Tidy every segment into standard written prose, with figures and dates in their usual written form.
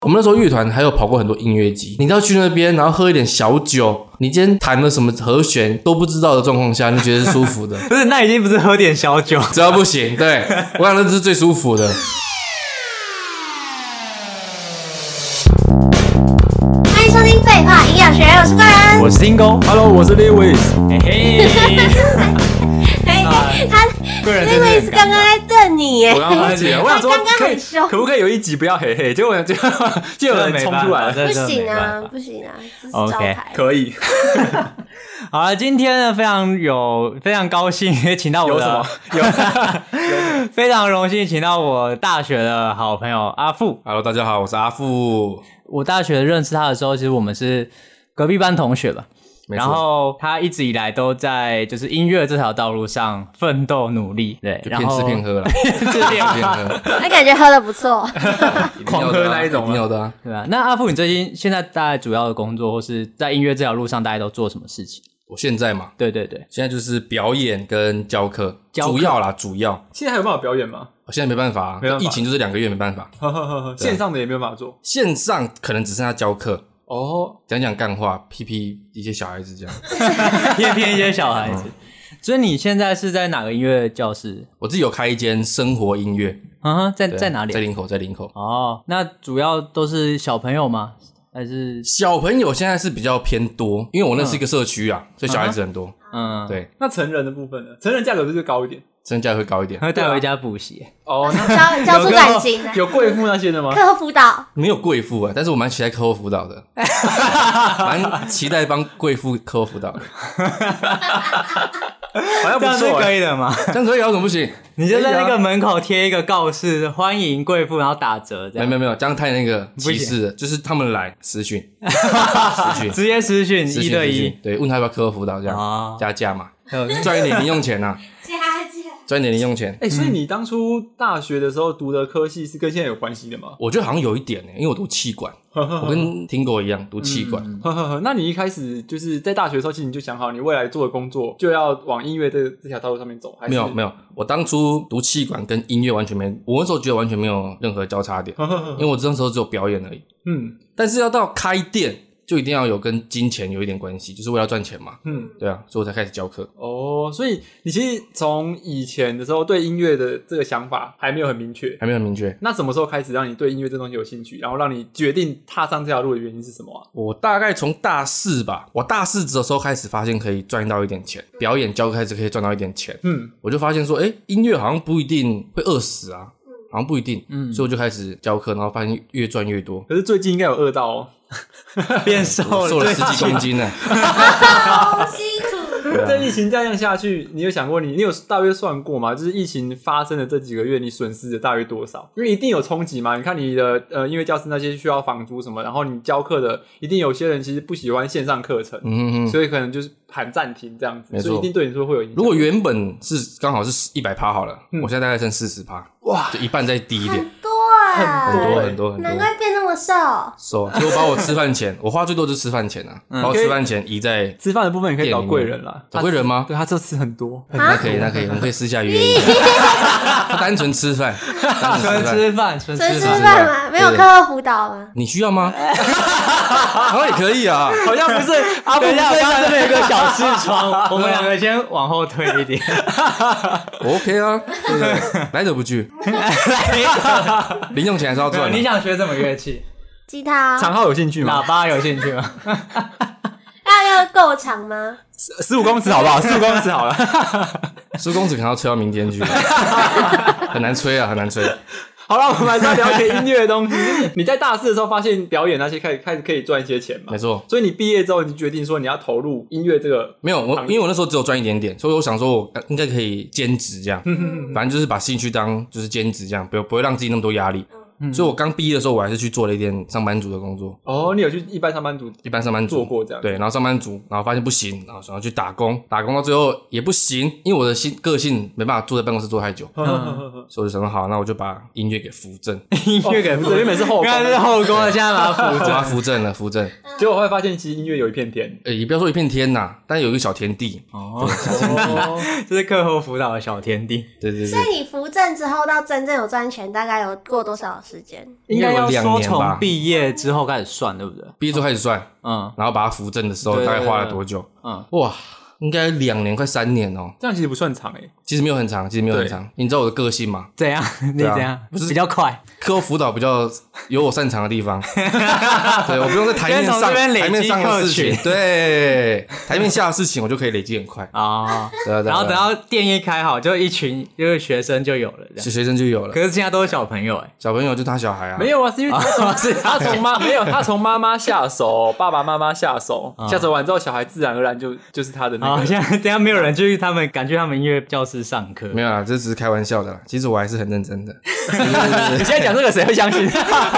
我们那时候乐团还有跑过很多音乐季，你都要去那边，然后喝一点小酒，你今天弹了什么和弦都不知道的状况下，你觉得是舒服的？ 不是，那已经不是喝点小酒， 只要不行，对，我想那是最舒服的。 欢迎收听废话营养学，我是贵人， 我是听工 ，Hello， 我是 Lewis， 嘿嘿， 他贵人 Lewis 刚刚在瞪你耶， 我刚刚记得，我想说他刚刚很凶， 可不可以有一集不要嘿嘿？结果就有人冲出来， 不行啊，不行啊，这是招牌。 可以。 好了，今天呢非常高兴，请到我的有非常荣幸请到我大学的好朋友阿富。 Hello， 大家好，我是阿富。 我大学认识他的时候，其实我们是隔壁班同学吧。然后他一直以来都在就是音乐这条道路上奋斗努力，对， 就骗吃骗喝了， 骗吃骗喝， 那感觉喝得不错， 狂喝那一种， 一定有的啊， 对吧？那阿富，你最近现在大概主要的工作或是在音乐这条路上，大概都做什么事情？ 我现在嘛， 对， 现在就是表演跟教课，主要。 现在还有办法表演吗？ 我现在没办法啊，疫情就是2个月没办法。 线上的也没有办法做， 线上可能只剩下教课。 哦， 讲干话，批一些小孩子这样， 骗一些小孩子。所以你现在是在哪个音乐教室？ 我自己有开一间生活音乐， 在哪里？ 在林口。 哦，那主要都是小朋友吗？还是小朋友现在是比较偏多，因为我那是一个社区啊，所以小孩子很多。对。 那成人的部分呢？成人价格是不是高一点？ 成人价格会高一点， 会带回家补习。 哦， 教出感情来， 有贵妇那些的吗？ 课后辅导没有贵妇啊，但是我蛮期待课后辅导的，蛮期待帮贵妇课后辅导的。 好像不错， 这样是可以的吗？ 这样可以啊，为什么不行？ 你就在那个门口贴一个告示，欢迎贵妇，然后打折这样。 没有，这样太那个歧视了，就是他们来私讯， 直接私讯1对1， 对，问他要不要课后辅导这样，加价嘛，赚一点零用钱啊，赚一点零用钱。 所以你当初大学的时候读的科系是跟现在有关系的吗？ 我觉得好像有一点因为我读企管，我跟听狗一样读企管。 那你一开始就是在大学的时候，其实你就想好你未来做的工作就要往音乐这条道路上面走，还是？ 没有，我当初读企管跟音乐完全没，我那时候觉得完全没有任何交叉点，因为我那时候只有表演而已。但是要到开店，就一定要有跟金钱有一点关系，就是为了赚钱嘛。对啊，所以我才开始教课。 哦，所以你其实从以前的时候对音乐的这个想法还没有很明确，那什么时候开始让你对音乐这东西有兴趣，然后让你决定踏上这条路的原因是什么啊？ 我大概从大4吧，我大4的时候开始发现可以赚到一点钱，表演教课开始可以赚到一点钱。我就发现说，音乐好像不一定会饿死啊。好像不一定，所以我就开始教课，然后发现越赚越多。 可是最近应该有饿到哦， 变瘦了， 瘦了10几公斤了， 好辛苦。 这疫情这样下去，你有想过你有大约算过吗？就是疫情发生的这几个月，你损失的大约多少？因为一定有冲击嘛。你看你的音乐教室那些需要房租什么，然后你教课的，一定有些人其实不喜欢线上课程，所以可能就是喊暂停这样子，所以一定对你说会有影响。 如果原本是刚好是100%好了，我现在大概剩40%，哇，就一半再低一点。很多， 难怪变那么瘦。 所以我把我吃饭钱，我花最多就是吃饭钱啊，把我吃饭钱移在吃饭的部分，你可以找贵人啦。 找贵人吗？ 对，他这吃很多， 那可以，我们可以私下约一下。他单纯吃饭， 纯吃饭吗？没有课后辅导吗？ 你需要吗？好像也可以啊， 好像不是。 等一下，这边有个小视窗，我们2个先往后退一点。 我 OK 啊，对不对？来者不拒。零用钱还是要赚。 你想学什么乐器？ 吉他。 长号有兴趣吗？ 喇叭有兴趣吗？ 要够长吗 ？15公尺好不好？15公尺好了。 15公尺可能要吹到明天去，很难吹啊，很难吹。 好了，我们还是要了解音乐的东西。你在大4的时候发现表演那些开始可以赚一些钱嘛？ 没错。 所以你毕业之后，你就决定说你要投入音乐这个。 没有，因为我那时候只有赚一点点，所以我想说我应该可以兼职这样。反正就是把兴趣当就是兼职这样，不会让自己那么多压力。所以我刚毕业的时候，我还是去做了一点上班族的工作。 哦，你有去一般上班族做过这样？ 对，然后上班族，然后发现不行，然后想要去打工到最后也不行，因为我的个性没办法坐在办公室坐太久，所以我就想说好，那我就把音乐给扶正。 音乐给扶正，原本是后宫的，现在把它扶正了。 结果后来发现，其实音乐有一片天。 也不要说一片天呐，但有一个小天地。小天地， 这是课后辅导的小天地。 对。 所以你扶正之后到真正有赚钱，大概有过多少时间？ 应该要 2 说年吧从毕业之后开始算，对不对？ 毕业之后开始算，然后把它扶正的时候大概花了多久？哇，应该2年快3年哦。 这样其实不算长其实没有很长，你知道我的个性吗？ 怎样？你怎样？不是比较快？ 课后辅导比较有我擅长的地方，对我不用在台面上的事情，对台面下的事情我就可以累积很快啊。 然后等到店一开好，就一群就是学生就有了， 学生就有了。 可是现在都是小朋友小朋友就他小孩啊， 没有啊，是因为他从妈妈下手，爸爸妈妈下手完之后，小孩自然而然就是他的那个。 现在等下没有人去赶去他们音乐教室上课， 没有啦，这只是开玩笑的啦。其实我还是很认真的。 你现在讲这个谁会相信？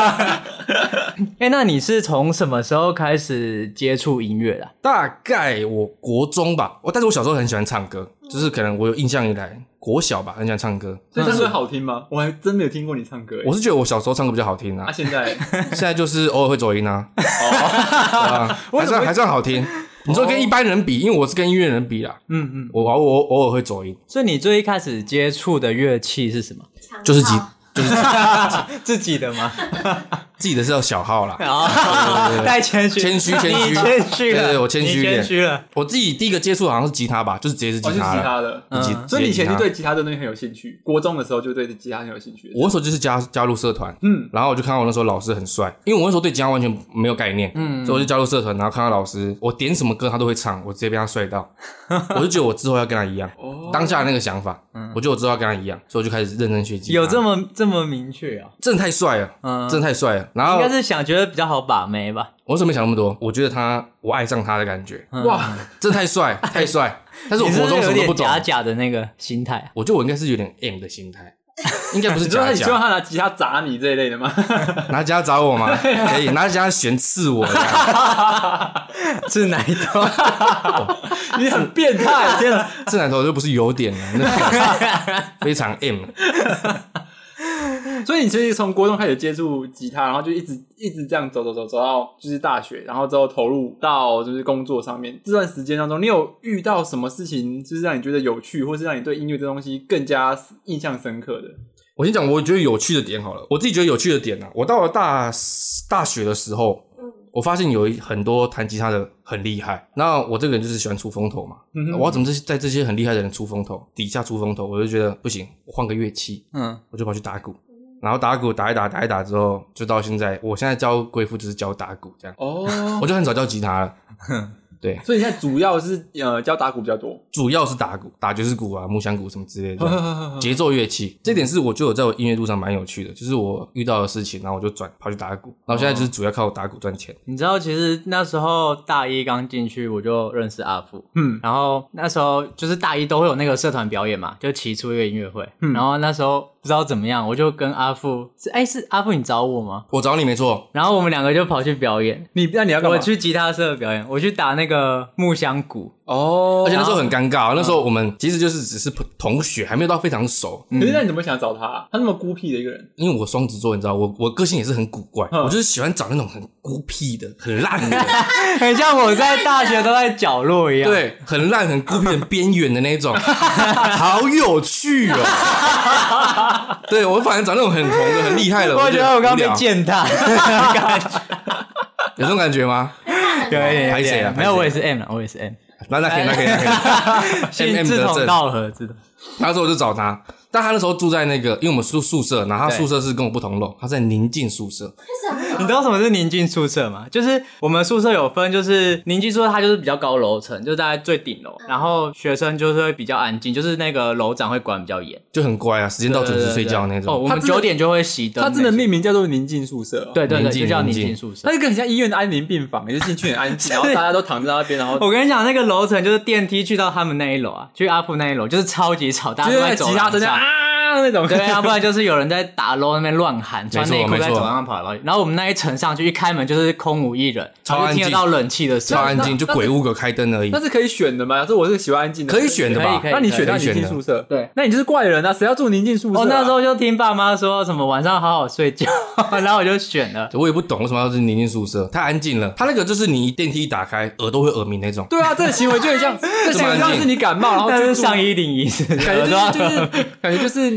那你是从什么时候开始接触音乐的？ 大概我国中吧，但是我小时候很喜欢唱歌，就是可能我有印象以来，国小吧，很喜欢唱歌。 所以唱歌好听吗？我还真没有听过你唱歌。 我是觉得我小时候唱歌比较好听啊。 现在就是偶尔会走音啊。还算好听。你说跟一般人比，因为我是跟音乐人比啦。我偶尔会走音。 所以你最一开始接触的乐器是什么？ 就是自己的吗？ 自己的是要小号啦。 太谦虚， 谦虚，对，我谦虚了。我自己第一个接触好像是吉他吧，就是直接是吉他了。 是吉他的。所以你以前就对吉他的东西很有兴趣，国中的时候就对吉他很有兴趣。 我那时候就是加入社团，然后我就看到我那时候老师很帅，因为我那时候对吉他完全没有概念，所以我就加入社团，然后看到老师，我点什么歌他都会唱，我直接被他帅到，我就觉得我之后要跟他一样。当下的那个想法，我觉得我之后要跟他一样，所以我就开始认真学吉他。 有这么明确啊？ 真的太帅了，真的太帅了。然后应该是觉得比较好把妹吧。 我怎么没想那么多？我觉得我爱上他的感觉，哇，真的太帅，太帅！但是我国中什么都不懂， 假的那个心态。 我觉得我应该是有点 M 的心态，应该不是假。 你希望他拿吉他砸你这一类的吗？ 拿吉他砸我吗？可以，拿吉他旋刺我。 是哪一头？ 你很变态！天哪， 这哪头就不是有点了，非常 M。 所以你其实从国中开始接触吉他，然后就一直这样走到就是大学，然后之后投入到就是工作上面。这段时间当中，你有遇到什么事情就是让你觉得有趣，或是让你对音乐这东西更加印象深刻的？ 我先讲我觉得有趣的点好了。我自己觉得有趣的点我到了大学的时候，我发现有很多弹吉他的很厉害。那我这个人就是喜欢出风头嘛，我要怎么在这些很厉害的人出风头底下出风头，我就觉得不行，我换个乐器，我就跑去打鼓。然后打鼓打一打之后，就到现在，我现在教贵妇就是教打鼓这样。我就很少教吉他了。对， 所以你现在主要是教打鼓比较多， 主要是打鼓，打爵士鼓啊、木箱鼓什么之类的节奏乐器。这点是我觉得我在我音乐路上蛮有趣的，就是我遇到的事情，然后我就跑去打鼓，然后现在就是主要靠打鼓赚钱。 你知道，其实那时候大一刚进去，我就认识阿富，然后那时候就是大一都会有那个社团表演嘛，就起初一个音乐会，然后那时候不知道怎么样，我就跟阿富是阿富你找我吗？ 我找你没错， 然后我们两个就跑去表演。 那你要干嘛？ 我去吉他社表演，我去打那个木箱鼓。 而且那时候很尴尬，那时候我们其实就是只是同学，还没有到非常熟。 可是那你怎么想找他？他那么孤僻的一个人。 因为我双子座，你知道，我个性也是很古怪，我就是喜欢找那种很孤僻的、很烂的， 很像我在大学都在角落一样。 对，很烂、很孤僻、很边缘的那种，好有趣哦。对，我反正找那种很红的、很厉害的。 我觉得我刚被践踏， 有这种感觉吗？ 有一点， 拍谁啊？ 没有，我也是 M 啦，我也是 M。 那可以， 志同道合，知道。 那时候我就找他，但他那时候住在那个，因为我们宿舍，然后他宿舍是跟我不同楼，他在宁静宿舍。 你知道什么是宁静宿舍吗？就是我们宿舍有分，就是宁静宿舍它就是比较高楼层，就是大概最顶楼，然后学生就是会比较安静，就是那个楼长会管比较严， 就很乖啊，时间到准时睡觉那种。 我们9点就会熄灯。 它真的命名叫做宁静宿舍。 对，就叫宁静宿舍。 它就跟很像医院的安宁病房，也是进去很安静，然后大家都躺在那边，然后我跟你讲，那个楼层就是电梯去到他们那一楼啊，去阿普那一楼就是超级吵，大家都在走廊上那种。 对啊，不然就是有人在打楼那边乱喊，穿内裤在走廊上跑来跑去。然后我们那一层上去一开门就是空无一人， 超安静， 听得到冷气的声音， 超安静，就鬼屋有开灯而已。 那是可以选的吗？要是我是喜欢安静的， 可以选的吧？ 可以那你选到宁静宿舍， 对， 那你就是怪人啊！谁要住宁静宿舍？ 我那时候就听爸妈说什么晚上好好睡觉，然后我就选了。 我也不懂为什么要是宁静宿舍，太安静了。他那个就是你电梯一打开，耳朵会耳鸣那种。 对啊，这个行为就很像，这行为像是你感冒，然后就是上101， 感觉就是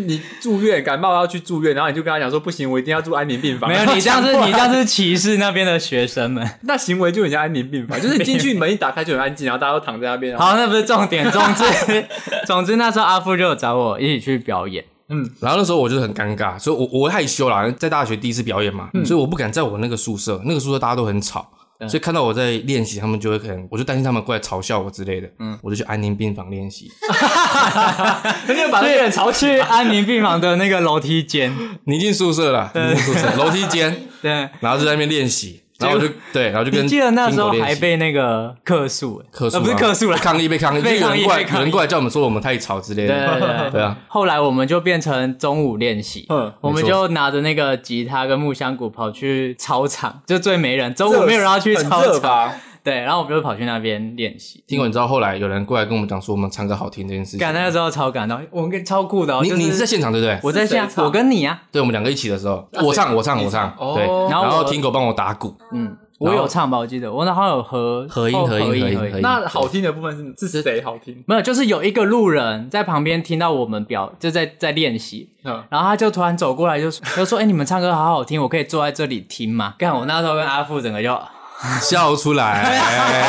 你住院感冒要去住院，然后你就跟他讲说不行，我一定要住安宁病房。 没有，你这样是歧视那边的学生们。 那行为就很像安宁病房，就是你进去门一打开就很安静，然后大家都躺在那边。 好，那不是重点，总之那时候阿富就有找我一起去表演。 然后那时候我就很尴尬，所以我害羞啦，在大学第一次表演嘛，所以我不敢在我那个宿舍大家都很吵。所以看到我在练习，他们就会我就担心他们过来嘲笑我之类的，我就去安宁病房练习。 你就把那个人吵起去安宁病房的那个楼梯间， 你进宿舍了，你进宿舍楼梯间， 对， 然后就在那边练习。然后然后就跟你记得那时候还被那个客诉， 不是客诉啦， 抗议，就有人过来叫我们说我们太吵之类的。对啊。 后来我们就变成中午练习，我们就拿着那个吉他跟木箱鼓跑去操场，就最没人，中午没有人要去操场。对，然后我们就跑去那边练习。 听完之后，后来有人过来跟我们讲说我们唱歌好听这件事情。 那个时候超感动，我们超酷的。 你是在现场对不对？ 我在现场，我跟你啊。 对，我们两个一起的时候，我唱。对，然后听狗帮我打鼓。 我有唱吧，我记得我那好像有合音。 那好听的部分是谁好听？ 没有，就是有一个路人在旁边听到我们就在练习，然后他就突然走过来就说：“你们唱歌好好听，我可以坐在这里听吗？”干，我那时候跟阿富整个就笑出来，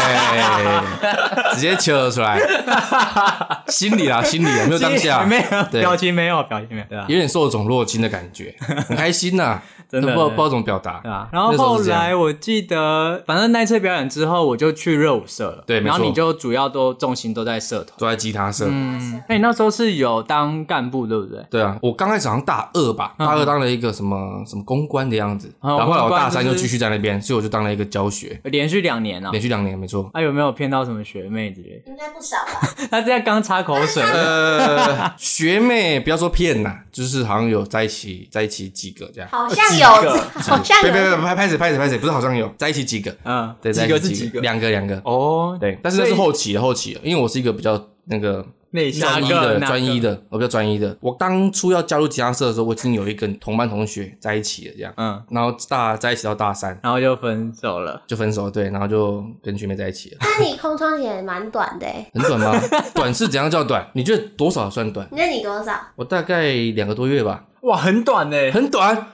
直接笑出来，心里没有当下， 没有表情，没有，对吧？ 有点受种若惊的感觉，很开心呐。真的不知道怎么表达， 对吧？然后后来我记得，反正那次表演之后，我就去热舞社了。 对， 然后你就主要重心都在社团， 都在吉他社。 那你那时候是有当干部，对不对？ 对啊，我刚开始好像大二吧，大二当了一个什么公关的样子，然后后来我大三就继续在那边，所以我就当了一个教学， 连续2年啊， 连续2年没错。 有没有骗到什么学妹之类的？ 应该不少吧。 他这样刚擦口水。 学妹不要说骗啦，就是好像有在一起几个这样， 好像有。好像有， 别，拍谁，不是好像有在一起几个，对， 几个是几个， 两个哦， 对，但是那是后期的，因为我是一个比较那个内向专一的，我比较专一的。我当初要加入吉他社的时候，我已经有一个同班同学在一起了，这样，然后在一起到大3， 然后就分手了， 对，然后就跟学妹在一起了。 那你空窗也蛮短的很短吗？短是怎样叫短？你觉得多少算短？ 那你多少？ 我大概2个多月吧。 哇，很短欸， 很短啊！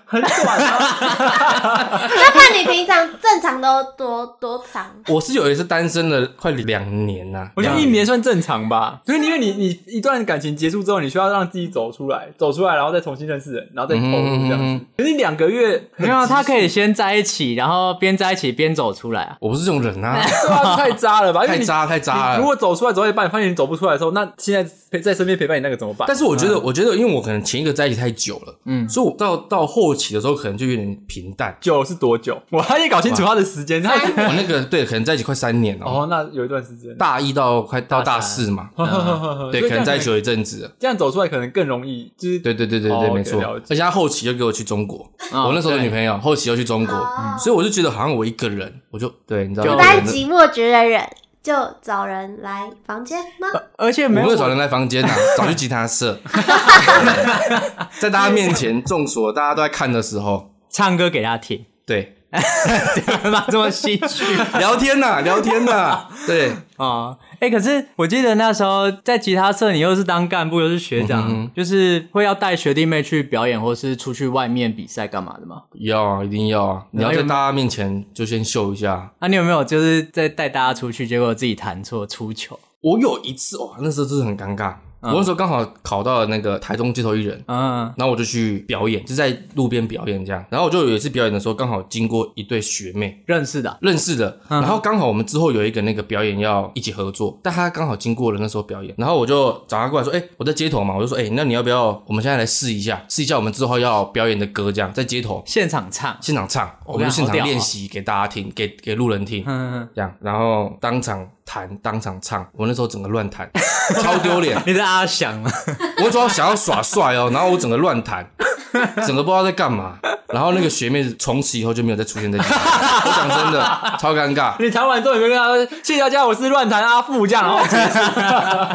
那看你平常正常都多长？ 我是有一次单身了快2年呐， 我觉得1年算正常吧，就是因为你一段感情结束之后，你需要让自己走出来，然后再重新认识人，然后再投入这样子。可是2个月没有，他可以先在一起，然后边在一起边走出来啊。 我不是这种人啊， 对啊，太渣了吧？ 太渣了。 如果走出来走到一半，发现你走不出来的时候，那现在在身边陪伴你那个怎么办？ 但是我觉得，因为我可能前一个在一起太久了，所以我到后期的时候可能就有点平淡。 久是多久？我还得搞清楚他的时间。 我那个对，可能在一起快3年了。 哦，那有一段时间， 大1快到大4嘛，对，可能在一起有一阵子了。 这样走出来可能更容易，就是对，没错。而且他后期又给我去中国，我那时候的女朋友后期又去中国，所以我就觉得好像我一个人，我就对，你知道吗？ 在寂寞觉得人。就找人来房间吗？ 而且我没有找人来房间啊，找去吉他社，在大家面前众所大家都在看的时候， 唱歌给他听。 对， 这么戏剧， 聊天呐，对哦，可是我记得那时候在吉他社，你又是当干部又是学长，就是会要带学弟妹去表演，或是出去外面比赛干嘛的吗？ 要啊，一定要啊！你要在大家面前就先秀一下。 你有没有就是在带大家出去，结果自己弹错出糗？ 我有一次哇，那时候真的很尴尬。我那时候刚好考到了那个台中街头艺人，然后我就去表演，就在路边表演这样。然后我就有一次表演的时候，刚好经过一对学妹， 认识的。 然后刚好我们之后有一个那个表演要一起合作，但他刚好经过了那时候表演，然后我就找他过来说，我在街头嘛，我就说，那你要不要我们现在来试一下我们之后要表演的歌，这样在街头现场唱， 我们就现场练习给大家听，给路人听，这样，然后当场弹，当场唱，我那时候整个乱弹，超丢脸。 你在阿翔吗？ 我主要想要耍帅然后我整个乱弹，整个不知道在干嘛。然后那个学妹从此以后就没有再出现在节目。我讲真的，超尴尬。 你弹完之后，你会跟他说：“谢谢大家，我是乱弹阿富这样。”然后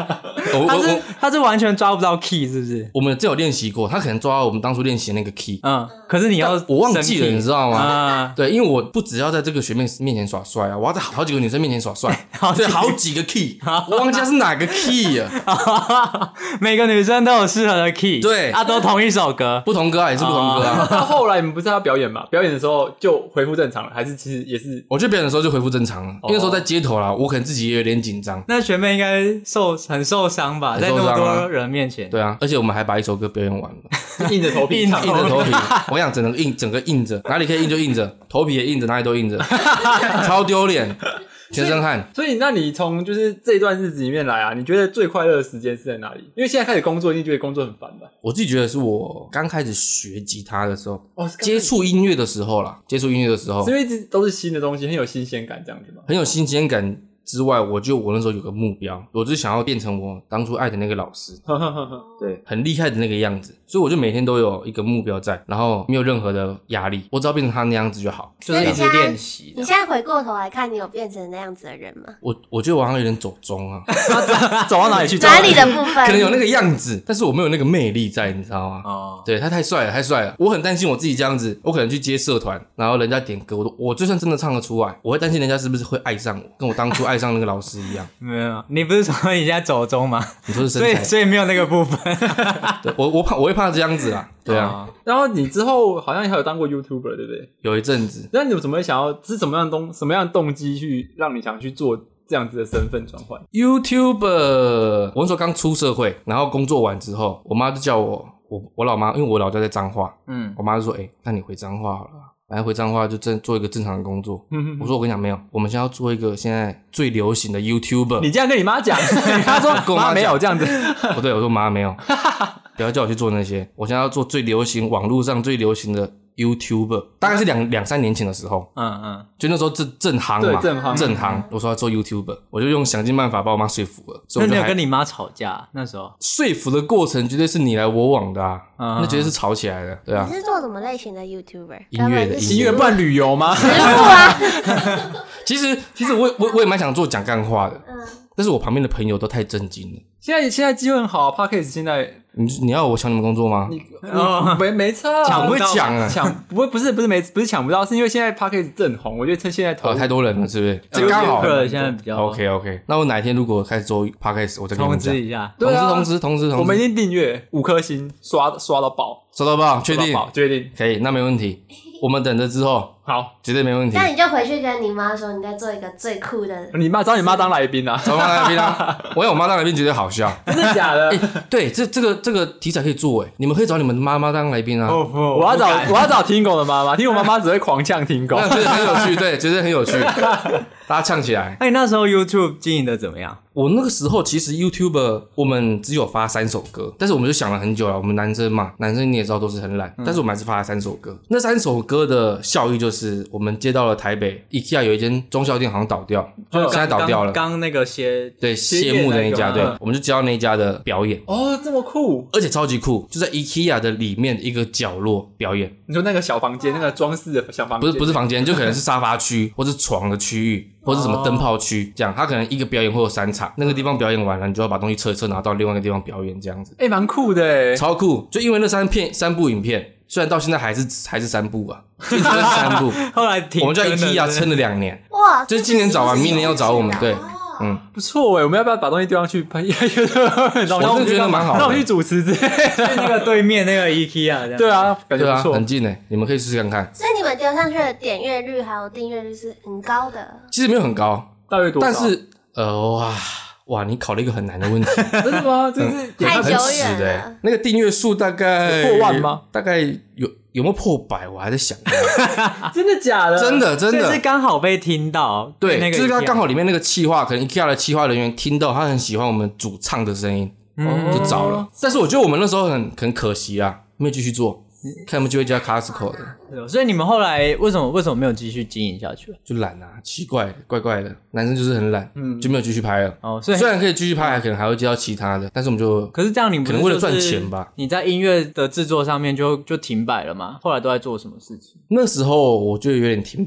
他是完全抓不到 key 是不是？ 我们真有练习过，他可能抓到我们当初练习的那个 key， 可是你要我忘记了，你知道吗？对，因为我不只要在这个学妹面前耍帅啊，我要在好几个女生面前耍帅，对，好几个 key， 我忘记是哪个 key 啊。 每个女生都有适合的 key， 对， 都同一首歌， 不同歌啊，也是不同歌啊。 到后来你们不是要表演嘛？表演的时候就恢复正常了，还是其实也是？ 我去表演的时候就恢复正常了，因为那时候在街头啦，我可能自己也有点紧张。 那学妹应该很受伤吧，在那么多人面前。 对啊，而且我们还把一首歌表演完了， 硬着头皮，硬着头皮。我想整个硬着，哪里可以硬就硬着，头皮也硬着，哪里都硬着，超丢脸。全身汗。 所以那你从就是这一段日子里面来啊，你觉得最快乐的时间是在哪里？因为现在开始工作，一定觉得工作很烦吧？ 我自己觉得是我刚开始学吉他的时候，接触音乐的时候啦，接触音乐的时候， 是因为一直都是新的东西，很有新鲜感这样子吗？ 很有新鲜感之外，我那时候有个目标，我就是想要变成我当初爱的那个老师，对，很厉害的那个样子，所以我就每天都有一个目标在，然后没有任何的压力，我只要变成他那样子就好， 就是一直练习。 你现在回过头来看，你有变成那样子的人吗？ 我觉得我好像有点走中啊， 走到哪里去？ 哪里的部分？ 可能有那个样子，但是我没有那个魅力在，你知道吗？ 哦， 对，他太帅了，太帅了，我很担心我自己这样子，我可能去接社团，然后人家点歌，我就算真的唱得出来，我会担心人家是不是会爱上我，跟我当初爱上那个老师一样。 没有，你不是说你现在走中吗？ 你说是身材， 所以没有那个部分。 对，我会怕这样子啦，对啊。 然后你之后好像还有当过 YouTuber， 对不对？ 有一阵子。 那你怎么会想要？是什么样的动机去让你想去做这样子的身份转换 ？YouTuber， 我那时候刚出社会，然后工作完之后，我妈就叫我老妈，因为我老家在彰化，我妈就说，那你回彰化好了。反正回彰化就做一个正常的工作。我说我跟你讲没有，我们现在要做一个现在最流行的 YouTuber。 你这样跟你妈讲，她说跟我妈没有这样子。 不对，我说妈没有，不要叫我去做那些。我现在要做最流行网络上最流行的 YouTuber， 大概是两三年前的时候。就那时候正夯嘛，正夯。我说要做 YouTuber， 我就用想尽办法把我妈说服了。 那你有跟你妈吵架？那时候说服的过程绝对是你来我往的啊。那绝对是吵起来的，对啊。 你是做什么类型的 YouTuber？ 音乐不然旅游吗？ 食物啊。 其实我也蛮想做讲干话的，但是我旁边的朋友都太震惊了。 现在机会很好 ，Podcast 现在你要我抢你们工作吗？ 你没差， 抢不会抢啊， 不是抢不到，是因为现在 Podcast 正红，我觉得趁现在太多人了，是不是？ 这刚好现在比较 OK。那我哪天如果开始做 Podcast， 我再跟你们讲通知一下， 通知。 我们一定订阅5颗星，刷到爆， 确定，可以，那没问题。我们等着之后， 好， 绝对没问题。 那你就回去跟你妈说，你在做一个最酷的。 找你妈当来宾啊， 找我妈当来宾啊！我要我妈当来宾绝对好笑， 真的假的？ 对，这个题材可以做你们可以找你们的妈妈当来宾啊。 我要找听狗的妈妈，听狗妈妈只会狂呛听狗， 觉得很有趣，对，觉得很有趣，大家呛起来。 那你那时候 YouTube 经营的怎么样？ 我那个时候其实 YouTube 我们只有发3首歌，但是我们就想了很久了，我们男生嘛，男生你也知道都是很懒，但是我们还是发了3首歌。那3首歌的效益就是我们接到了台北 IKEA 有一间中小店好像倒掉，现在倒掉了。 刚那个谢幕的那一家，对，我们就接到那一家的表演。 这么酷， 而且超级酷，就在 IKEA 的里面一个角落表演。 你说那个小房间，那个装饰的小房间， 不是房间，就可能是沙发区，或是床的区域，或是什么灯泡区，这样。他可能一个表演会有3场，那个地方表演完了，你就要把东西撤一撤，拿到另外一个地方表演，这样子。 蛮酷的超酷！就因为那3部影片，虽然到现在还是3部啊，就只是3部。 后来我们在 IKEA 撑了2年， 哇！ 就是今年找完，明年要找我们，对。 不错我们要不要把东西丢上去拍？我真的觉得蛮好的。 那我去主持之类的， 那个对面那个 IKEA 这样。 对啊，感觉不错， 很近你们可以试试看。 所以你们丢上去的点阅率还有订阅率是很高的。 其实没有很高， 大约多少？ 但是哇，你考了一个很难的问题。 真的吗？真是太久远了。 那个订阅数大概破万吗？ 大概有没有破100？我还在想。 真的假的？ 真的， 就是刚好被听到。 对，就是刚好里面那个企划，可能 IKEA 的企划人员听到，他很喜欢我们主唱的声音，就找了。但是我觉得我们那时候很可惜啊，没有继续做。看有没有机会加 Costco 的。 所以你们后来为什么没有继续经营下去？ 就懒啊，奇怪，怪怪的，男生就是很懒，就没有继续拍了。 所以虽然可以继续拍，可能还会接到其他的，但是我们就可是这样你可能为了赚钱吧。 你在音乐的制作上面就停摆了吗？后来都在做什么事情？ 那时候我就有点停摆，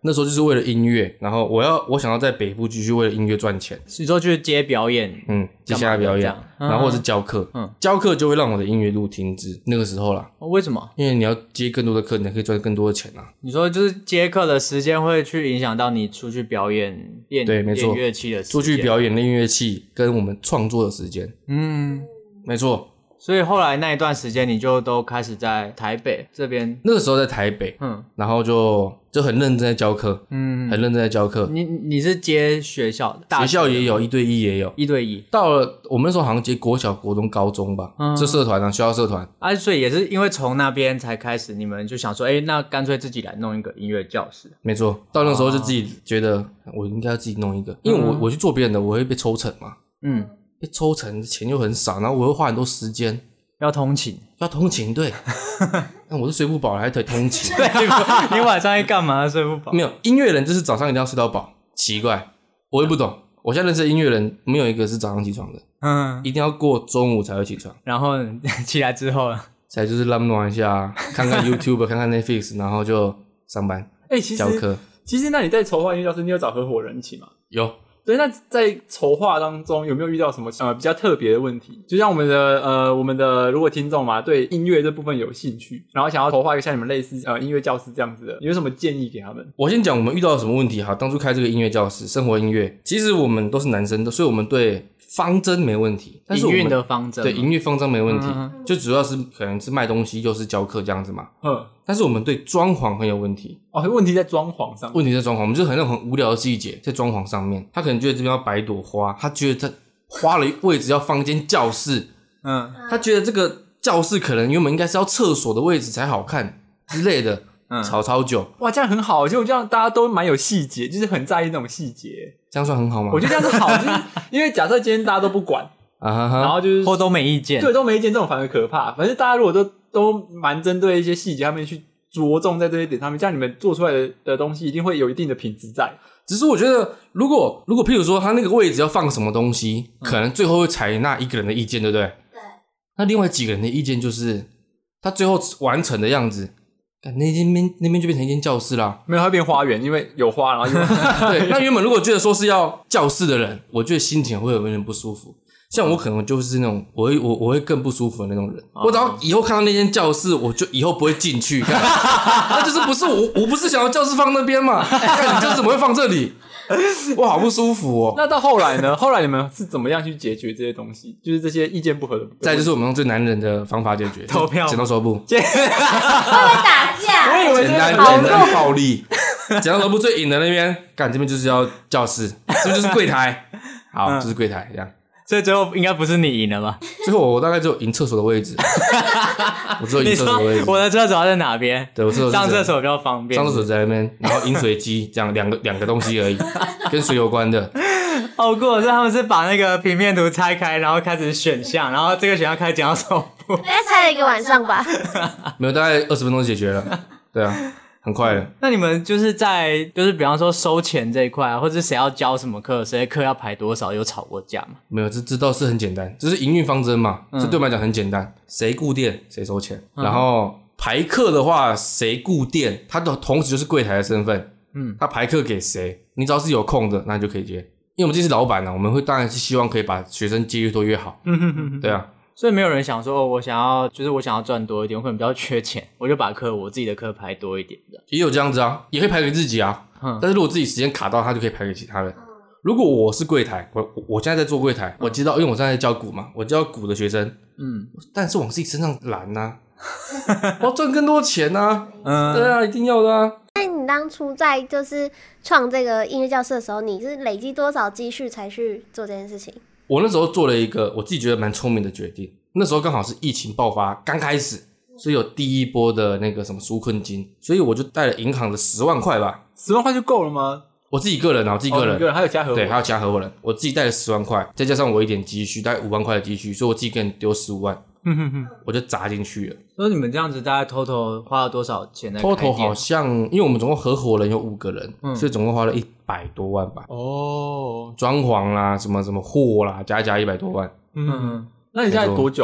那时候就是为了音乐，然后我想要在北部继续为了音乐赚钱。 你说去接表演， 接下来表演，然后或者是教课，教课就会让我的音乐路停滞。那个时候啦， 为什么？ 因为你要接更多的课，你才可以赚更多的钱啊。 你说就是接课的时间会去影响到你出去表演练乐器的时间， 出去表演练乐器跟我们创作的时间，没错。 所以后来那一段时间，你就都开始在台北这边。 那个时候在台北，然后就很认真在教课，很认真在教课。 你是接学校， 学校也有，1对1也有 ，1对1。 到了我们那时候好像接国小、国中、高中吧，这社团啊，学校社团啊，所以也是因为从那边才开始，你们就想说，那干脆自己来弄一个音乐教室。 没错，到那时候就自己觉得我应该要自己弄一个，因为我去做别人的，我会被抽成嘛，被抽成钱又很少，然后我又花很多时间。 要通勤， 对。那我是睡不饱还得通勤。 对，你晚上在干嘛？睡不饱？ 没有，音乐人就是早上一定要睡到饱，奇怪，我也不懂。我现在认识的音乐人没有一个是早上起床的，一定要过中午才会起床。 然后起来之后才就是懒暖一下，看看 YouTube， 看看 Netflix， 然后就上班。教课。 其实那你在筹划音乐教室，你有找合伙人一起吗？ 有。 对，那在筹划当中有没有遇到什么比较特别的问题？就像我们的如果听众嘛对音乐这部分有兴趣，然后想要筹划一个像你们类似音乐教室这样子的，有什么建议给他们？ 我先讲我们遇到了什么问题哈。当初开这个音乐教室，生活音乐，其实我们都是男生的，所以我们对方针没问题，但是营运的方针， 对营运方针没问题，就主要是可能是卖东西又是教课这样子嘛。但是我们对装潢很有问题。 问题在装潢上面。 问题在装潢，我们就很那种很无聊的细节在装潢上面。他可能觉得这边要摆一朵花，他觉得他花了位置要放一间教室，他觉得这个教室可能原本应该是要厕所的位置才好看之类的，吵超久。 哇，这样很好，就这样大家都蛮有细节，就是很在意这种细节。 这样算很好吗？ 我觉得这样是好，就是因为假设今天大家都不管，然后就是或都没意见， 对，都没意见，这种反而可怕。反正大家如果都蛮针对一些细节，他们去着重在这些点上面，这样你们做出来的东西一定会有一定的品质在。 只是我觉得，如果譬如说他那个位置要放什么东西，可能最后会采纳一个人的意见，对不对？对。那另外几个人的意见就是他最后完成的样子，那边就变成一间教室啦。 没有，它变花园，因为有花，然后对。那原本如果觉得说是要教室的人，我觉得心情会有点不舒服。像我可能就是那种我会更不舒服的那种人。我只要以后看到那间教室，我就以后不会进去。那就是不是我不是想要教室放那边嘛？看你教室怎么会放这里？我好不舒服哦。 那到后来呢？后来你们是怎么样去解决这些东西？就是这些意见不合的。 再就是我们用最男人的方法解决， 投票， 剪刀手布。 会不会打架？ 我以为简单暴力。剪刀手布最引的那边，干这边就是要教室，这边就是柜台。好，就是柜台这样。 所以最后应该不是你赢了吧？ 最后我大概只有赢厕所的位置，我只有赢厕所的位置。 我的厕所在哪边？ 对，我厕所上厕所比较方便。 上厕所在那边，然后饮水机这样两个东西而已，跟水有关的。 好酷！所以他们是把那个平面图拆开，然后开始选项，然后这个选项开始剪到手部。 大概拆了一个晚上吧。 没有，大概20分钟就解决了。对啊。很快的。 那你们就是比方说收钱这一块啊，或者是谁要教什么课，谁的课要排多少，有吵过架吗？ 没有，这倒是很简单，这是营运方针嘛，这对我们来讲很简单，谁顾店谁收钱，然后排课的话谁顾店，他的同时就是柜台的身份，他排课给谁，你只要是有空的，那你就可以接。因为我们这是老板我们会当然是希望可以把学生接越多越好，对啊。 所以没有人想说我想要赚多一点，我可能比较缺钱，我就把我自己的课排多一点的。 也有这样子啊，也可以排给自己啊。但是如果自己时间卡到，他就可以排给其他人。如果我是柜台，我现在在做柜台，我知道，因为我现在在教鼓嘛，我教鼓的学生，但是往自己身上揽啊，我要赚更多钱啊，对啊，一定要的啊。 那你当初在就是创这个音乐教室的时候，你是累积多少积蓄才去做这件事情？ 我那时候做了一个我自己觉得蛮聪明的决定，那时候刚好是疫情爆发刚开始，所以有第一波的那个什么纾困金，所以我就贷了银行的10万块吧。 10万块就够了吗？ 我自己个人啊，我自己个人， 还有加合伙人， 对，还有加合伙人，我自己贷了10万块，再加上我一点积蓄，大概5万块的积蓄，所以我自己给人丢15万，我就砸进去了。 所以你们这样子大概 total 花了多少钱在开店 ？total 好像，因为我们总共合伙人有5个人，所以总共花了100多万吧。 哦， 装潢啦，什么货啦，加100多万。 那你现在多久啦？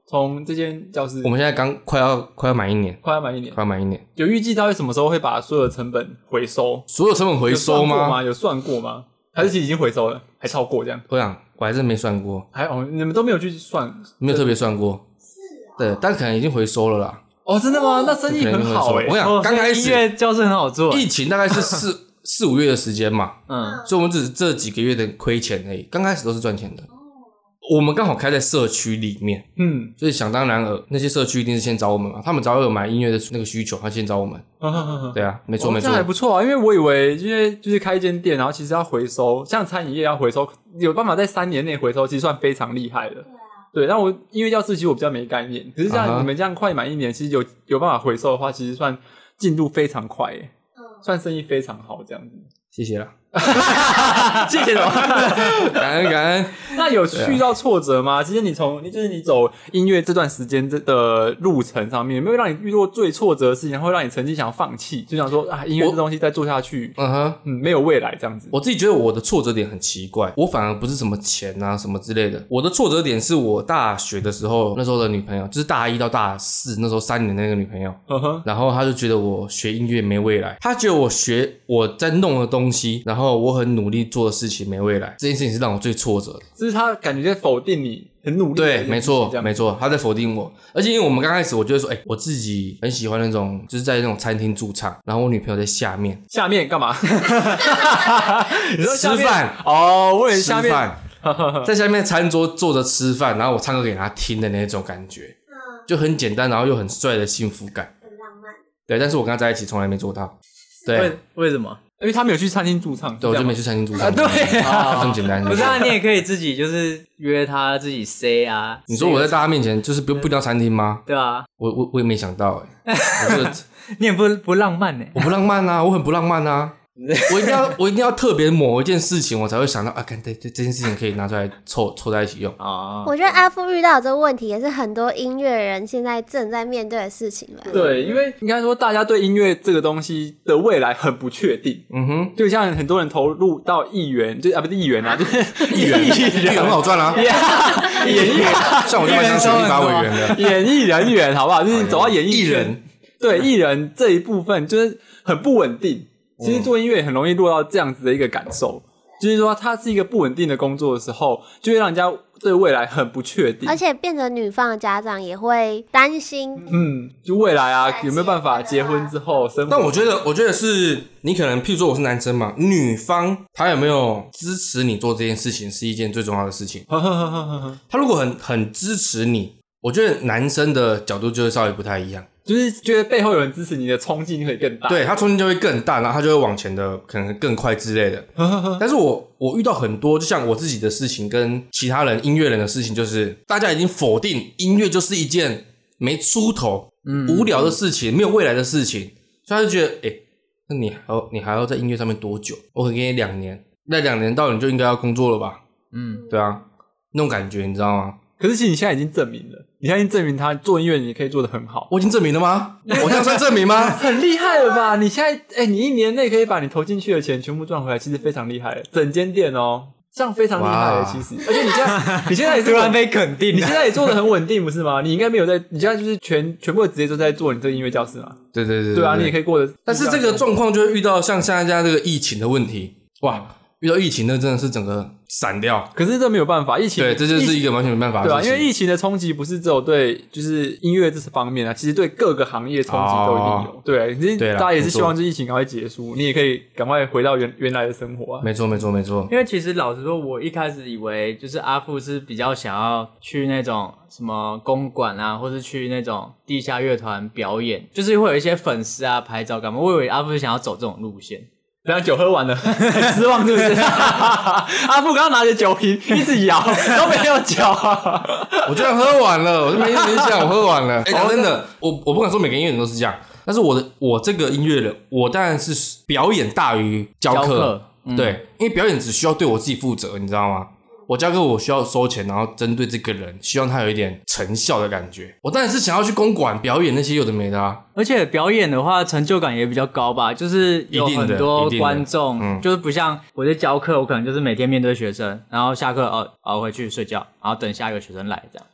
从这间教室， 我们现在快要满1年， 快要满1年， 快要满1年。 有预计到底什么时候会把所有的成本回收？ 所有成本回收吗？ 有算过吗？还是其实已经回收了，还超过这样？ 我想我还是没算过， 你们都没有去算， 没有特别算过。对，但可能已经回收了啦。 哦，真的吗？那生意很好欸。 我想刚开始音乐教室很好做， 疫情大概是4、5月的时间嘛，所以我们只是这几个月的亏钱而已，刚开始都是赚钱的。我们刚好开在社区里面，所以想当然尔，那些社区一定是先找我们嘛，他们只要有买音乐的那个需求，他先找我们。对啊，没错没错， 这还不错啊，因为我以为因为就是开一间店，然后其实要回收，像餐饮业要回收，有办法在3年内回收，其实算非常厉害的。对，但我音乐教室其实我比较没概念，可是像你们这样快满1年，其实有办法回收的话，其实算进度非常快耶，算生意非常好这样子。 谢谢啦。 谢谢什么？ 感恩。 那有遇到挫折吗？其实你走音乐这段时间的路程上面，有没有让你遇到最挫折的事情，会让你曾经想要放弃，就想说音乐这东西再做下去，没有未来这样子？ 我自己觉得我的挫折点很奇怪，我反而不是什么钱啊什么之类的，我的挫折点是我大学的时候，那时候的女朋友，就是大1到大4那时候3年的那个女朋友，然后她就觉得我学音乐没未来，她觉得我在弄的东西，然后我很努力做的事情没未来，这件事情是让我最挫折的。 就是她感觉在否定你很努力。 对，没错，她在否定我。而且因为我们刚开始，我就会说，我自己很喜欢那种，就是在那种餐厅驻唱，然后我女朋友在下面干嘛？你说吃饭哦，我以为下面在下面餐桌坐着吃饭，然后我唱歌给她听的那种感觉，就很简单，然后又很帅的幸福感， 很浪漫。 对，但是我跟她在一起从来没做到。对， 为什么？ 因为他没有去餐厅驻唱， 对，我就没去餐厅驻唱。 对， 这么简单。 不是啊，你也可以自己就是约他自己 say 啊。 你说我在大家面前就是不一定要餐厅吗？ 对啊， 我也没想到你也不浪漫呢？ 我不浪漫啊，我很不浪漫啊。我一定要特别某一件事情，我才会想到看这件事情可以拿出来凑在一起用啊。我觉得阿富遇到这个问题，也是很多音乐人现在正在面对的事情了。 对，因为应该说大家对音乐这个东西的未来很不确定。就像很多人投入到艺员，不是艺员啊，就是艺人很好赚啊。 演艺像我就蛮想选立法委员的演艺人员，好不好？就是你走到演艺人，对艺人这一部分就是很不稳定。其实做音乐很容易落到这样子的一个感受，就是说它是一个不稳定的工作的时候，就会让人家对未来很不确定， 而且变成女方的家长也会担心， 就未来啊有没有办法结婚之后生活。 但我觉得是你可能，譬如说我是男生嘛，女方她有没有支持你做这件事情是一件最重要的事情。她如果很支持你，我觉得男生的角度就会稍微不太一样。 就是觉得背后有人支持你的冲劲会更大， 对，他冲劲就会更大，然后他就会往前的可能更快之类的。但是我遇到很多，就像我自己的事情跟其他人音乐人的事情，就是大家已经否定音乐就是一件没出头、无聊的事情，没有未来的事情，所以他就觉得，那你还要在音乐上面多久？我可以给你2年，那2年到你就应该要工作了吧？对啊，那种感觉你知道吗？ 可是其实你现在已经证明了，你现在已经证明他做音乐你可以做得很好。 我已经证明了吗？我这样算证明吗？ 很厉害了吧？你现在你1年内可以把你投进去的钱全部赚回来，其实非常厉害了，整间店哦，这样非常厉害了。其实，而且你现在也是突然被肯定， 你现在也做得很稳定，不是吗？你应该没有你现在就是全部的职业都在做你这个音乐教室嘛？ 对啊，你也可以过得。 但是这个状况就会遇到像现在这个疫情的问题，哇！遇到疫情那真的是整个散掉， 可是这没有办法，疫情对，这就是一个完全没办法的事情， 对啊，因为疫情的冲击不是只有对就是音乐这方面啊，其实对各个行业冲击都一定有。对，其实大家也是希望这疫情赶快结束，你也可以赶快回到原来的生活啊。 没错。 因为其实老实说，我一开始以为就是阿富是比较想要去那种什么公馆啊，或是去那种地下乐团表演，就是会有一些粉丝啊拍照干嘛。我以为阿富是想要走这种路线。 等下酒喝完了，很失望是不是？阿富刚刚拿着酒瓶一直摇，都没有酒。 我居然喝完了，我就没想，我喝完了。讲真的，我不敢说每个音乐人都是这样，但是我这个音乐人，我当然是表演大于教课。对，因为表演只需要对我自己负责，你知道吗？我教课我需要收钱，然后针对这个人，希望他有一点成效的感觉。我当然是想要去公馆表演那些有的没的啊。 而且表演的话，成就感也比较高吧，就是有很多观众，就是不像我在教课，我可能就是每天面对学生，然后下课回去睡觉，然后等下一个学生来这样。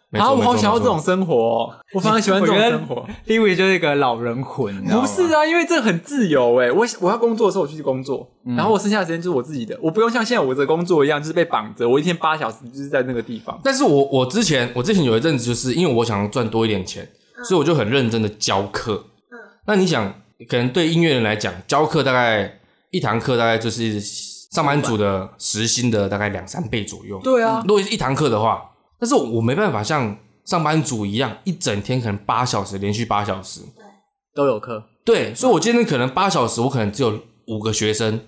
啊，我好想要这种生活哦，我反而喜欢这种生活。 Liwis 就是一个老人魂， 不是啊，因为这很自由欸，我要工作的时候我就去工作，然后我剩下的时间就是我自己的，我不用像现在我的工作一样，就是被绑着，我一天8小时就是在那个地方。 但是我之前有一阵子，就是因为我想赚多一点钱，所以我就很认真的教课。那你想，可能对音乐人来讲，教课大概一堂课大概就是上班族的时薪的大概2-3倍左右。 对啊， 如果是一堂课的话，但是我没办法像上班族一样，一整天可能8小时，连续8小时都有课。 对，所以我今天可能8小时，我可能只有5个学生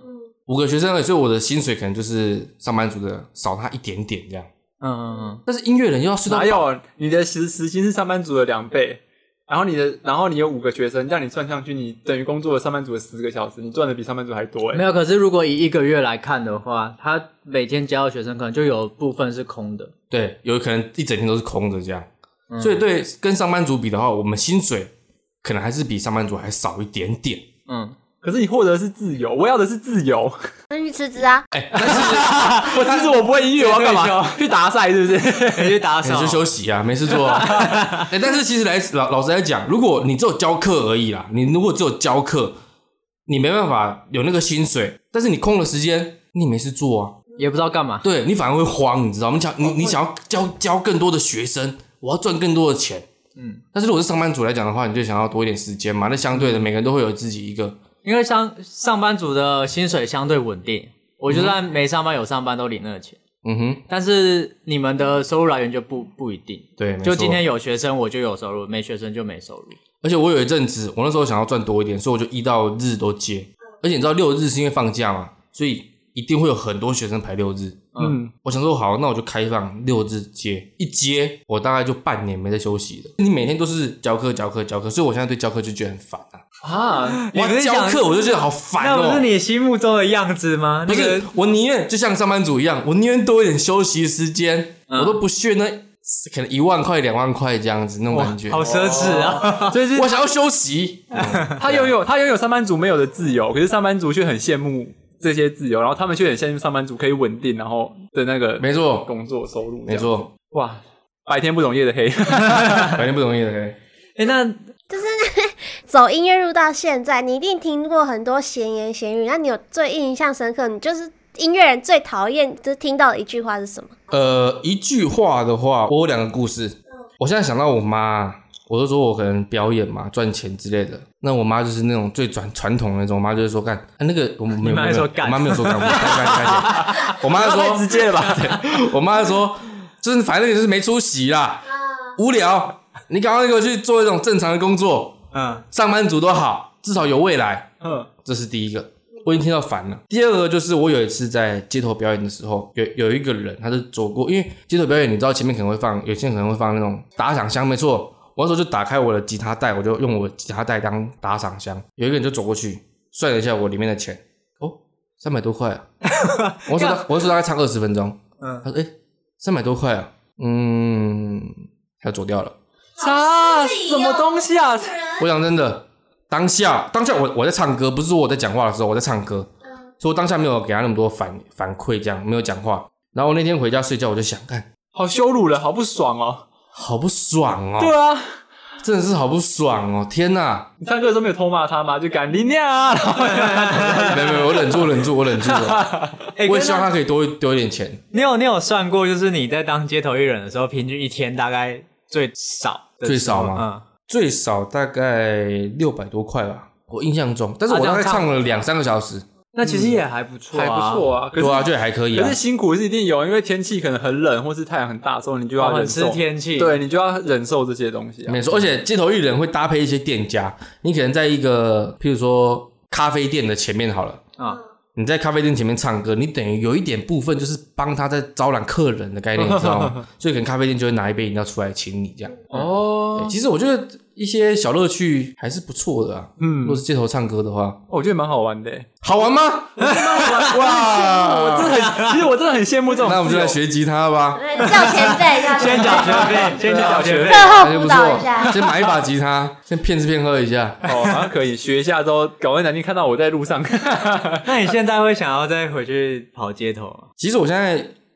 ，5个学生而已，所以我的薪水可能就是上班族的少他一点点这样。但是音乐人又要睡到哪有你的时薪是上班族的2倍？然后你有5个学生，这样你算上去，你等于工作了上班族的10个小时，你赚的比上班族还多欸。 没有，可是如果以1个月来看的话，他每天教的学生可能就有部分是空的。 对，有可能一整天都是空的这样。所以对跟上班族比的话，我们薪水可能还是比上班族还少一点点。 可是你获得的是自由，我要的是自由。 那你去辞职啊！ 但是我辞职我不会音乐，我要干嘛？去打赛是不是？ 你去打扫， 你就休息啊，没事做啊。但是其实老实来讲，如果你只有教课而已啦，你如果只有教课，你没办法有那个薪水，但是你空的时间你没事做啊， 也不知道干嘛。 对，你反而会慌，你知道吗？你想要教更多的学生，我要赚更多的钱。但是如果是上班族来讲的话，你就想要多一点时间嘛，那相对的每个人都会有自己一个。 因为上班族的薪水相对稳定，我就算没上班有上班都领那个钱。但是你们的收入来源就不一定。 对，没错， 就今天有学生我就有收入，没学生就没收入。 而且我有一阵子，我那时候想要赚多一点，所以我就1到日都接。而且你知道6日是因为放假嘛，所以一定会有很多学生排6日。我想说好，那我就开放6日接，一接我大概就半年没在休息了。你每天都是教课，所以我现在对教课就觉得很烦啊！ 你不是教课我就觉得好烦哦。 那不是你心目中的样子吗？ 不是，我宁愿就像上班族一样，我宁愿多一点休息时间，我都不屑那可能1万块、2万块这样子那种感觉， 好奢侈啊！ 就是我想要休息。 他拥有上班族没有的自由，可是上班族却很羡慕这些自由，然后他们却很羡慕上班族可以稳定，然后的那个没错工作收入， 没错。 哇，白天不懂夜的黑， 白天不懂夜的黑。 那就是走音乐路到现在，你一定听过很多闲言闲语，那你有最印象深刻，你就是音乐人最讨厌就是听到的一句话是什么？ 一句话的话，我有2个故事。我现在想到我妈，我就说我可能表演嘛，赚钱之类的。那我妈就是那种最传统的那种，我妈就是说干，那个我没有，我妈没有说干，我妈就说太直接了吧？ 我妈就说，就是反正就是没出息啦，无聊，你赶快给我去做一种正常的工作，上班族都好，至少有未来。这是第一个。我已经听到烦了。第二个就是我有一次在街头表演的时候，有一个人他就走过，因为街头表演你知道前面可能会放，有些人可能会放那种打赏箱，没错。我那时候就打开我的吉他袋，我就用我的吉他袋当打赏箱。有一个人就走过去，算了一下我里面的钱，300多块啊！我说大概唱20分钟，他说300多块啊，他就走掉了。 什么东西啊？ 我讲真的。当下我在唱歌，不是说我在讲话的时候我在唱歌，所以我当下没有给他那么多反馈，这样没有讲话。然后我那天回家睡觉，我就想，看好羞辱人，好不爽哦， 好不爽哦。 对啊， 真的是好不爽哦！天哪， 你唱歌的时候没有偷骂他吗？就干你娘啊！ 没有，我忍住了。我也希望他可以多丢一点钱。 你有算过，就是你在当街头艺人的时候，平均一天大概最少吗？最少大概600多块吧，我印象中。但是我大概唱了2-3个小时， 那其实也还不错， 还不错啊。 对啊，就还可以啊。 可是辛苦是一定有，因为天气可能很冷，或是太阳很大的时候，你就要忍受天气。 对，你就要忍受这些东西。 没错，而且街头艺人会搭配一些店家，你可能在一个譬如说咖啡店的前面好了你在咖啡店前面唱歌，你等于有一点部分就是帮他在招揽客人的概念，你知道吗？所以可能咖啡店就会拿一杯饮料出来请你这样。其实我觉得一些小乐趣还是不错的啊。如果是街头唱歌的话， 我觉得蛮好玩的。 好玩吗？ 哇！其实我真的很羡慕这种。 那我们就来学吉他吧。 叫前辈， 先缴学费， 课后辅导一下， 先买一把吉他，先骗吃骗喝一下。 好像可以学一下，之后搞完南京看到我在路上。 那你现在会想要再回去跑街头吗？ 其实我现在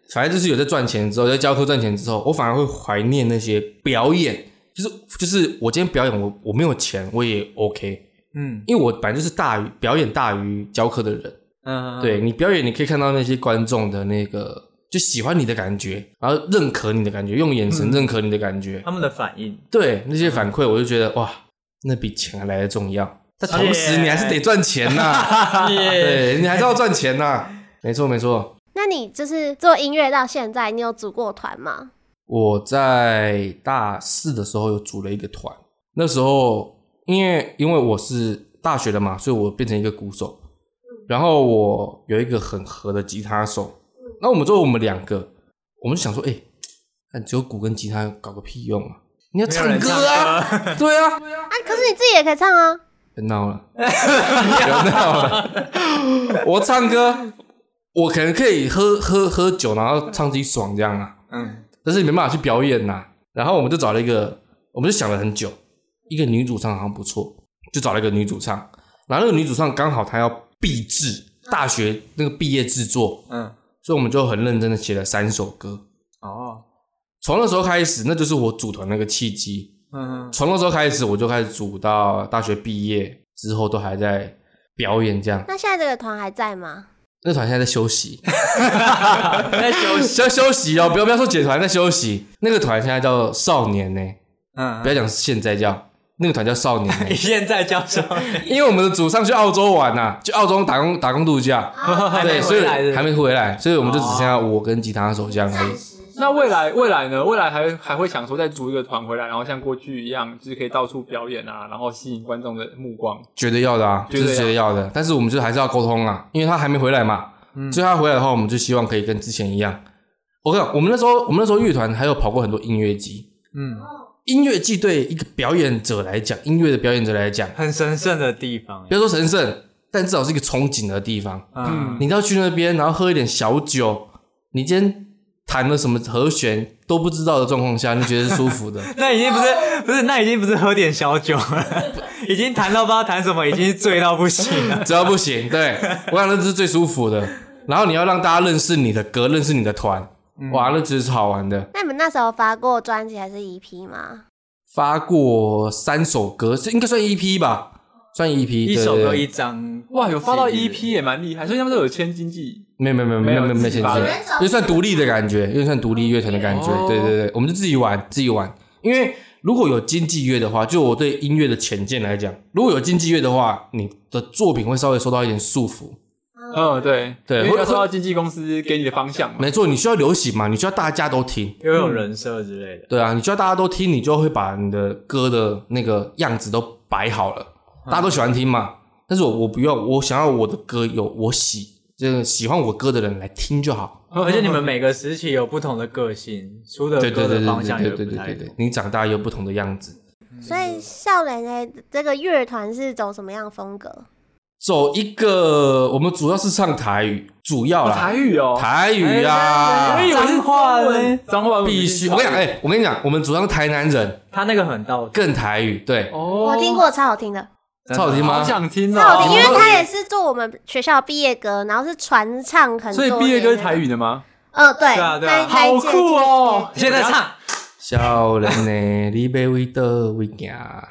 反正就是有在赚钱之后，在教课赚钱之后，我反而会怀念那些表演，就是我今天表演我没有钱我也 OK， 因为我本来就是表演大于教课的人，对，你表演你可以看到那些观众的那个就喜欢你的感觉，然后认可你的感觉，用眼神认可你的感觉， 他们的反应， 对，那些反馈我就觉得哇，那比钱还来得重要。但同时你还是得赚钱呐，对，你还是要赚钱呐，没错没错。 那你就是做音乐到现在，你有组过团吗？ 我在大4的时候有组了一个团，那时候因为我是大学的嘛，所以我变成一个鼓手，然后我有一个很合的吉他手，那我们2个，我们就想说，只有鼓跟吉他搞个屁用啊！你要唱歌啊，对啊， 可是你自己也可以唱啊。 别闹了，别闹了，我唱歌，我可能可以喝酒，然后唱自己爽这样啊，但是你没办法去表演呐。然后我们就找了我们就想了很久，一个女主唱好像不错，就找了一个女主唱，然后那个女主唱刚好她要毕制，大学那个毕业制作，所以我们就很认真的写了3首歌。从那时候开始，那就是我组团那个契机。从那时候开始，我就开始组到大学毕业之后都还在表演这样。 那现在这个团还在吗？ 那团现在在休息，在休息哦，不要说解团，在休息。那个团现在叫少年呢，不要讲现在叫，那个团叫少年呢。 现在叫少年， 因为我们的主唱去澳洲玩呐，去澳洲打工度假，对，所以还没回来，所以我们就只剩下我跟吉他手这样而已。 那未来呢？未来还会想说再组一个团回来，然后像过去一样，就是可以到处表演啊，然后吸引观众的目光。 绝对要的啊，就是绝对要的。但是我们就还是要沟通啊，因为他还没回来嘛。所以他回来的话，我们就希望可以跟之前一样。我跟你讲，我们那时候乐团还有跑过很多音乐季。音乐季对一个表演者来讲，音乐的表演者来讲， 很神圣的地方。 不要说神圣，但至少是一个憧憬的地方。你要去那边，然后喝一点小酒，你今天弹了什么和弦都不知道的状况下，你觉得是舒服的？ 那已经不是，那已经不是喝点小酒了，已经弹到不知道弹什么，已经醉到不行了， 只要不行。对，我想那是最舒服的。然后你要让大家认识你的歌，认识你的团，哇，那真是好玩的。 那你们那时候发过专辑还是 EP 吗？ 发过3首歌，这应该算 EP 吧？算 EP， 一首歌一张， 哇，有发到 EP 也蛮厉害，所以他们都有签经纪。 没签经纪，就算独立的感觉，因为算独立乐团的感觉。对，我们就自己玩。因为如果有经纪乐的话，就我对音乐的浅见来讲，如果有经纪乐的话，你的作品会稍微受到一点束缚。 对，因为要受到经纪公司给你的方向嘛。 没错，你需要流行嘛，你需要大家都听， 又有人设之类的。 对啊，你需要大家都听，你就会把你的歌的那个样子都摆好了，大家都喜欢听嘛。但是我不要，我想要我的歌有我喜欢我歌的人来听就好。 而且你们每个时期有不同的个性，出的歌的方向也不太同。 你长大有不同的样子。 所以少年的这个乐团是走什么样的风格？ 走一个，我们主要是唱台语，主要啦。 台语哦， 台语啊， 我以为是话呢， 脏话必须。我跟你讲，我们主要是台南人， 他那个很到更台语，对。 我听过，超好听的。 超好听吗？ 好想听哦， 超好听，因为他也是做我们学校毕业歌，然后是传唱很多。 所以毕业歌是台语的吗？ 对啊， 好酷哦！ 现在唱。 少年呢，你要为倒位行？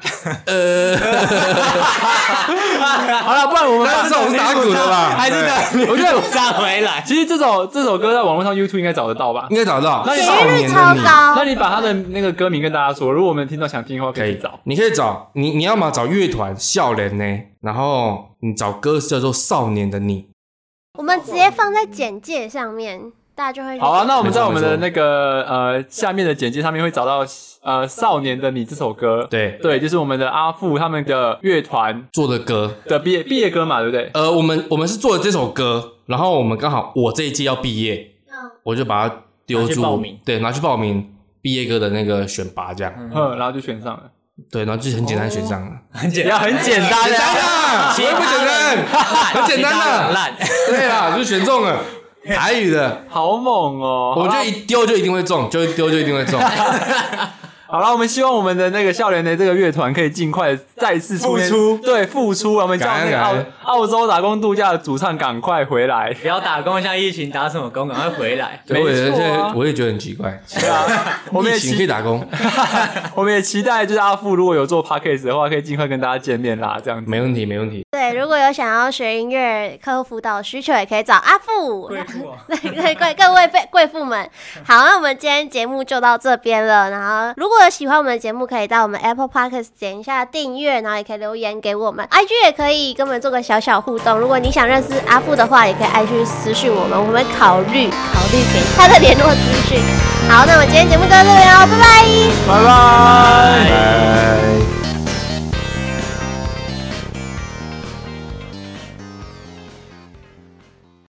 好了，不然我们这种是打鼓的吧？ 还是的？我觉得唱回来。 其实这首歌在网络上 YouTube 应该找得到吧？ 应该找得到。 点阅率超高。 那你把他的那个歌名跟大家说，如果我们听到想听的话，可以找。 你可以找你要么找乐团少年呢，然后你找歌叫做少年的你。 我们直接放在简介上面。大家就会好啊，那我们在我们的那个下面的简介上面会找到少年的你这首歌， 对， 就是我们的阿富他们的乐团做的歌的毕业歌嘛，对不对？ 我们是做的这首歌，然后我们刚好我这一届要毕业，我就把它丢出报名，对，拿去报名毕业歌的那个选拔这样， 然后就选上了， 对，然后就很简单选上了， 很简单的， 不简单，很简单的，烂，对啦，就选中了。台语的好猛哦！ 我觉得一丢就一定会中，就一丢就一定会中。 好好了，我们希望我们的那个笑脸的这个乐团可以尽快再次出现复出，我们叫那个澳洲打工度假的主唱赶快回来， 不要打工，像疫情打什么工，赶快回来。 对，我也觉得很奇怪。 对啊，我们也疫情可以打工， 我们也期待就是阿富如果有做 podcast 的话，可以尽快跟大家见面啦，这样子。 没问题，没问题。 对，如果有想要学音乐、客户辅导需求，也可以找阿富。对，各位贵妇们。好，那我们今天节目就到这边了。然后，如果有喜欢我们的节目，可以到我们 Apple Podcast 点一下订阅，然后也可以留言给我们。IG 也可以跟我们做个小小互动。如果你想认识阿富的话，也可以IG私讯我们，我们会考虑给他的联络资讯。好，那我们今天节目就到这边哦，拜拜， 拜拜。